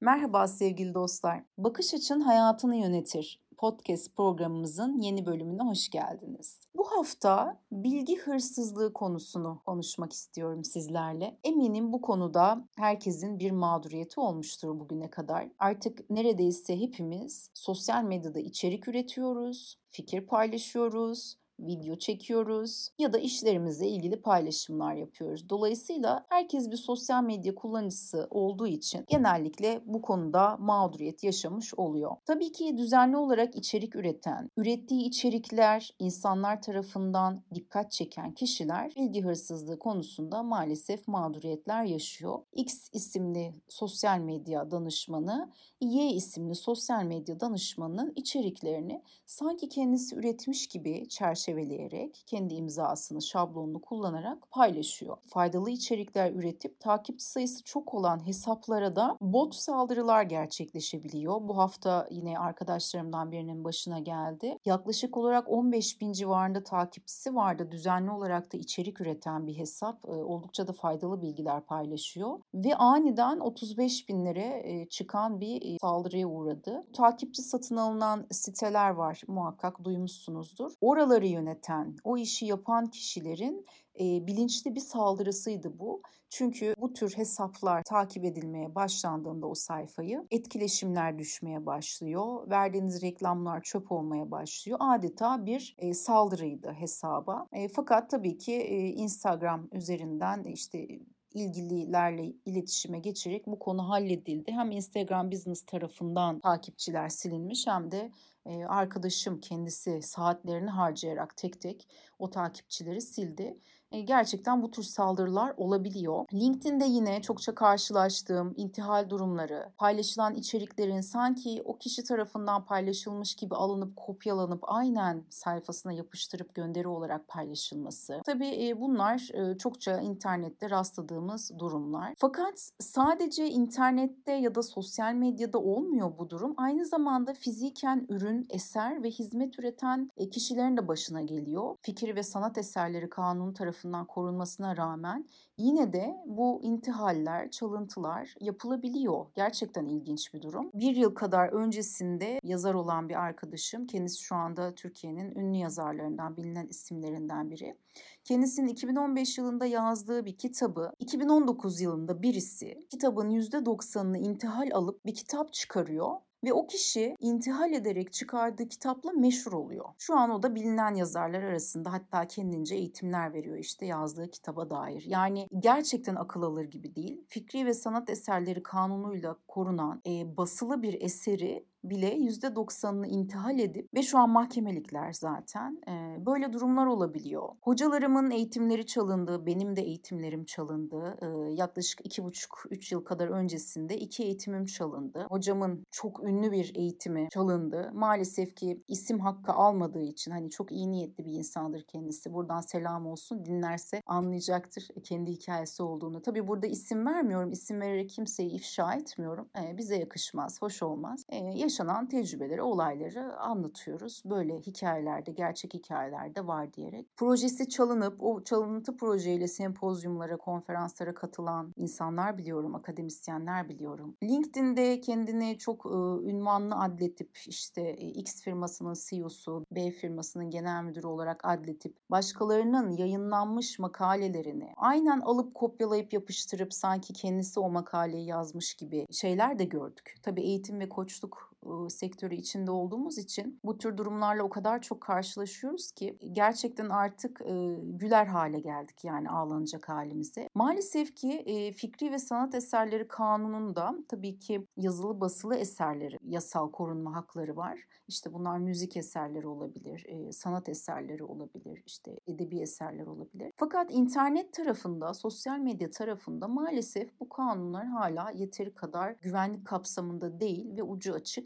Merhaba sevgili dostlar. Bakış Açın Hayatını Yönetir podcast programımızın yeni bölümüne hoş geldiniz. Bu hafta bilgi hırsızlığı konusunu konuşmak istiyorum sizlerle. Eminim bu konuda herkesin bir mağduriyeti olmuştur bugüne kadar. Artık neredeyse hepimiz sosyal medyada içerik üretiyoruz, fikir paylaşıyoruz, video çekiyoruz ya da işlerimizle ilgili paylaşımlar yapıyoruz. Dolayısıyla herkes bir sosyal medya kullanıcısı olduğu için genellikle bu konuda mağduriyet yaşamış oluyor. Tabii ki düzenli olarak içerik üreten, ürettiği içerikler insanlar tarafından dikkat çeken kişiler bilgi hırsızlığı konusunda maalesef mağduriyetler yaşıyor. X isimli sosyal medya danışmanı, Y isimli sosyal medya danışmanının içeriklerini sanki kendisi üretmiş gibi çerçeveleyerek, kendi imzasını, şablonunu kullanarak paylaşıyor. Faydalı içerikler üretip takipçi sayısı çok olan hesaplara da bot saldırılar gerçekleşebiliyor. Bu hafta yine arkadaşlarımdan birinin başına geldi. Yaklaşık olarak 15 bin civarında takipçisi vardı. Düzenli olarak da içerik üreten bir hesap. Oldukça da faydalı bilgiler paylaşıyor. Ve aniden 35 binlere çıkan bir saldırıya uğradı. Takipçi satın alınan siteler var, muhakkak duymuşsunuzdur. Oraları yöneten, o işi yapan kişilerin bilinçli bir saldırısıydı bu. Çünkü bu tür hesaplar takip edilmeye başlandığında o sayfayı etkileşimler düşmeye başlıyor. Verdiğiniz reklamlar çöp olmaya başlıyor. Adeta bir saldırıydı hesaba. Fakat tabii ki Instagram üzerinden işte ilgililerle iletişime geçerek bu konu halledildi. Hem Instagram Business tarafından takipçiler silinmiş hem de arkadaşım kendisi saatlerini harcayarak tek tek o takipçileri sildi. Gerçekten bu tür saldırılar olabiliyor. LinkedIn'de yine çokça karşılaştığım intihal durumları, paylaşılan içeriklerin sanki o kişi tarafından paylaşılmış gibi alınıp kopyalanıp aynen sayfasına yapıştırıp gönderi olarak paylaşılması. Tabii bunlar çokça internette rastladığımız durumlar. Fakat sadece internette ya da sosyal medyada olmuyor bu durum. Aynı zamanda fiziken ürün, eser ve hizmet üreten kişilerin de başına geliyor. Fikir ve sanat eserleri kanunu tarafından korunmasına rağmen yine de bu intihaller, çalıntılar yapılabiliyor. Gerçekten ilginç bir durum. Bir yıl kadar öncesinde yazar olan bir arkadaşım, kendisi şu anda Türkiye'nin ünlü yazarlarından, bilinen isimlerinden biri. Kendisinin 2015 yılında yazdığı bir kitabı 2019 yılında birisi kitabın %90'ını intihal alıp bir kitap çıkarıyor. Ve o kişi intihal ederek çıkardığı kitapla meşhur oluyor. Şu an o da bilinen yazarlar arasında, hatta kendince eğitimler veriyor işte yazdığı kitaba dair. Yani gerçekten akıl alır gibi değil. Fikri ve sanat eserleri kanunuyla korunan basılı bir eseri bile %90'ını intihal edip ve şu an mahkemelikler zaten böyle durumlar olabiliyor. Hocalarımın eğitimleri çalındı, benim de eğitimlerim çalındı. Yaklaşık 2,5-3 yıl kadar öncesinde 2 eğitimim çalındı. Hocamın çok ünlü bir eğitimi çalındı. Maalesef ki isim hakkı almadığı için, hani çok iyi niyetli bir insandır kendisi. Buradan selam olsun, dinlerse anlayacaktır kendi hikayesi olduğunu. Tabii burada isim vermiyorum, isim vererek kimseyi ifşa etmiyorum. Bize yakışmaz, hoş olmaz. Yaşanan tecrübeleri, olayları anlatıyoruz. Böyle hikayelerde, gerçek hikayelerde var diyerek. Projesi çalınıp o çalıntı projeyle sempozyumlara, konferanslara katılan insanlar biliyorum, akademisyenler biliyorum. LinkedIn'de kendini çok ünvanlı adletip işte X firmasının CEO'su, B firmasının genel müdürü olarak adletip başkalarının yayınlanmış makalelerini aynen alıp kopyalayıp yapıştırıp sanki kendisi o makaleyi yazmış gibi şeyler de gördük. Tabii eğitim ve koçluk sektörü içinde olduğumuz için bu tür durumlarla o kadar çok karşılaşıyoruz ki gerçekten artık güler hale geldik, yani ağlanacak halimize. Maalesef ki fikri ve sanat eserleri kanununda tabii ki yazılı basılı eserleri yasal korunma hakları var. İşte bunlar müzik eserleri olabilir, sanat eserleri olabilir, işte edebi eserler olabilir. Fakat internet tarafında, sosyal medya tarafında maalesef bu kanunlar hala yeteri kadar güvenlik kapsamında değil ve ucu açık.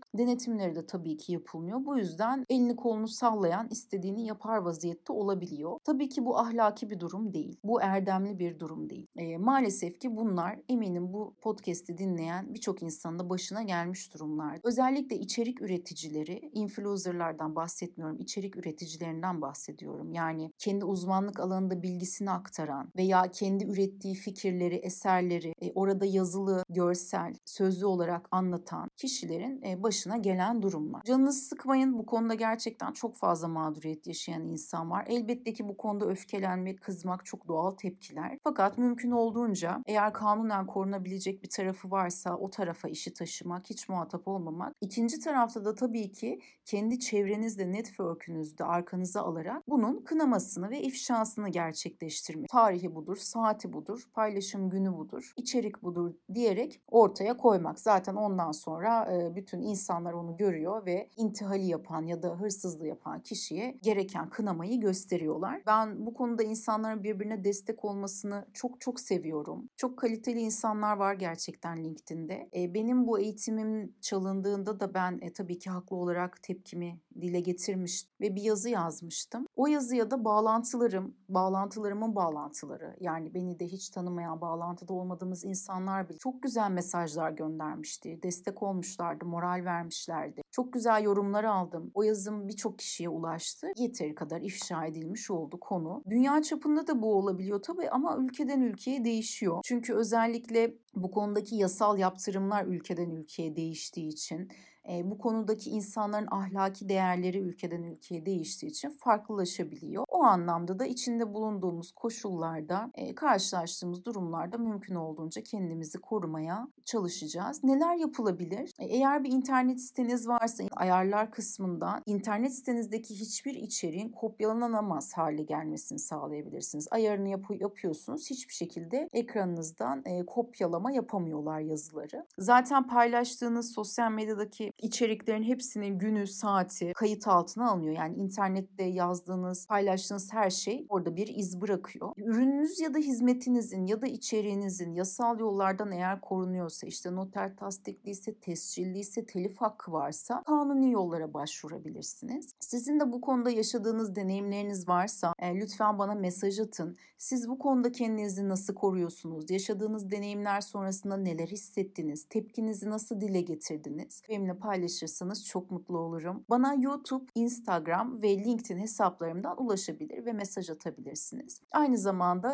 Denetimleri de tabii ki yapılmıyor. Bu yüzden elini kolunu sallayan istediğini yapar vaziyette olabiliyor. Tabii ki bu ahlaki bir durum değil. Bu erdemli bir durum değil. Maalesef ki bunlar eminim bu podcast'i dinleyen birçok insanın da başına gelmiş durumlar. Özellikle içerik üreticileri, influencerlardan bahsetmiyorum, içerik üreticilerinden bahsediyorum. Yani kendi uzmanlık alanında bilgisini aktaran veya kendi ürettiği fikirleri, eserleri orada yazılı, görsel, sözlü olarak anlatan kişilerin başına gelen durumlar. Canınızı sıkmayın, bu konuda gerçekten çok fazla mağduriyet yaşayan insan var. Elbette ki bu konuda öfkelenmek, kızmak çok doğal tepkiler. Fakat mümkün olduğunca eğer kanunen korunabilecek bir tarafı varsa o tarafa işi taşımak, hiç muhatap olmamak. İkinci tarafta da tabii ki kendi çevrenizde, network'ünüzde arkanıza alarak bunun kınamasını ve ifşasını gerçekleştirmek. Tarihi budur, saati budur, paylaşım günü budur, içerik budur diyerek ortaya koymak. Zaten ondan sonra bütün insanlar onu görüyor ve intihali yapan ya da hırsızlığı yapan kişiye gereken kınamayı gösteriyorlar. Ben bu konuda insanların birbirine destek olmasını çok çok seviyorum. Çok kaliteli insanlar var gerçekten LinkedIn'de. Benim bu eğitimim çalındığında da ben tabii ki haklı olarak tepkimi dile getirmiştim ve bir yazı yazmıştım. O yazıya da bağlantılarımın bağlantıları, yani beni de hiç tanımayan, bağlantıda olmadığımız insanlar bile çok güzel mesajlar göndermişti. Destek olmuşlardı, moral vermişlerdi. Çok güzel yorumlar aldım. O yazım birçok kişiye ulaştı. Yeteri kadar ifşa edilmiş oldu konu. Dünya çapında da bu olabiliyor tabii ama ülkeden ülkeye değişiyor. Çünkü özellikle bu konudaki yasal yaptırımlar ülkeden ülkeye değiştiği için, bu konudaki insanların ahlaki değerleri ülkeden ülkeye değiştiği için farklılaşabiliyor. O anlamda da içinde bulunduğumuz koşullarda, karşılaştığımız durumlarda mümkün olduğunca kendimizi korumaya çalışacağız. Neler yapılabilir? Eğer bir internet siteniz varsa ayarlar kısmından internet sitenizdeki hiçbir içeriğin kopyalanamaz hale gelmesini sağlayabilirsiniz. Ayarını yapıyorsunuz. Hiçbir şekilde ekranınızdan kopyalama yapamıyorlar yazıları. Zaten paylaştığınız sosyal medyadaki içeriklerin hepsinin günü, saati kayıt altına alınıyor. Yani internette yazdığınız, paylaştığınız her şey orada bir iz bırakıyor. Ürününüz ya da hizmetinizin ya da içeriğinizin yasal yollardan eğer korunuyorsa, işte noter tasdikliyse, tescilliyse, telif hakkı varsa kanuni yollara başvurabilirsiniz. Sizin de bu konuda yaşadığınız deneyimleriniz varsa lütfen bana mesaj atın. Siz bu konuda kendinizi nasıl koruyorsunuz? Yaşadığınız deneyimler sonrasında neler hissettiniz? Tepkinizi nasıl dile getirdiniz? Benimle paylaşırsanız çok mutlu olurum. Bana YouTube, Instagram ve LinkedIn hesaplarımdan ulaşabilir ve mesaj atabilirsiniz. Aynı zamanda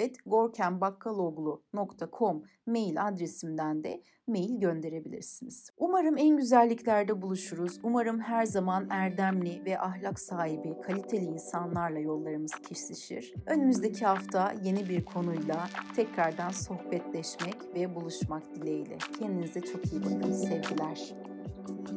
info@gorkenbakkaloglu.com mail adresimden de mail gönderebilirsiniz. Umarım en güzelliklerde buluşuruz. Umarım her zaman erdemli ve ahlak sahibi, kaliteli insanlarla yollarımız kesişir. Önümüzdeki hafta yeni bir konuyla tekrardan sohbetleşmek ve buluşmak dileğiyle. Kendinize çok iyi bakın. Sevgiler.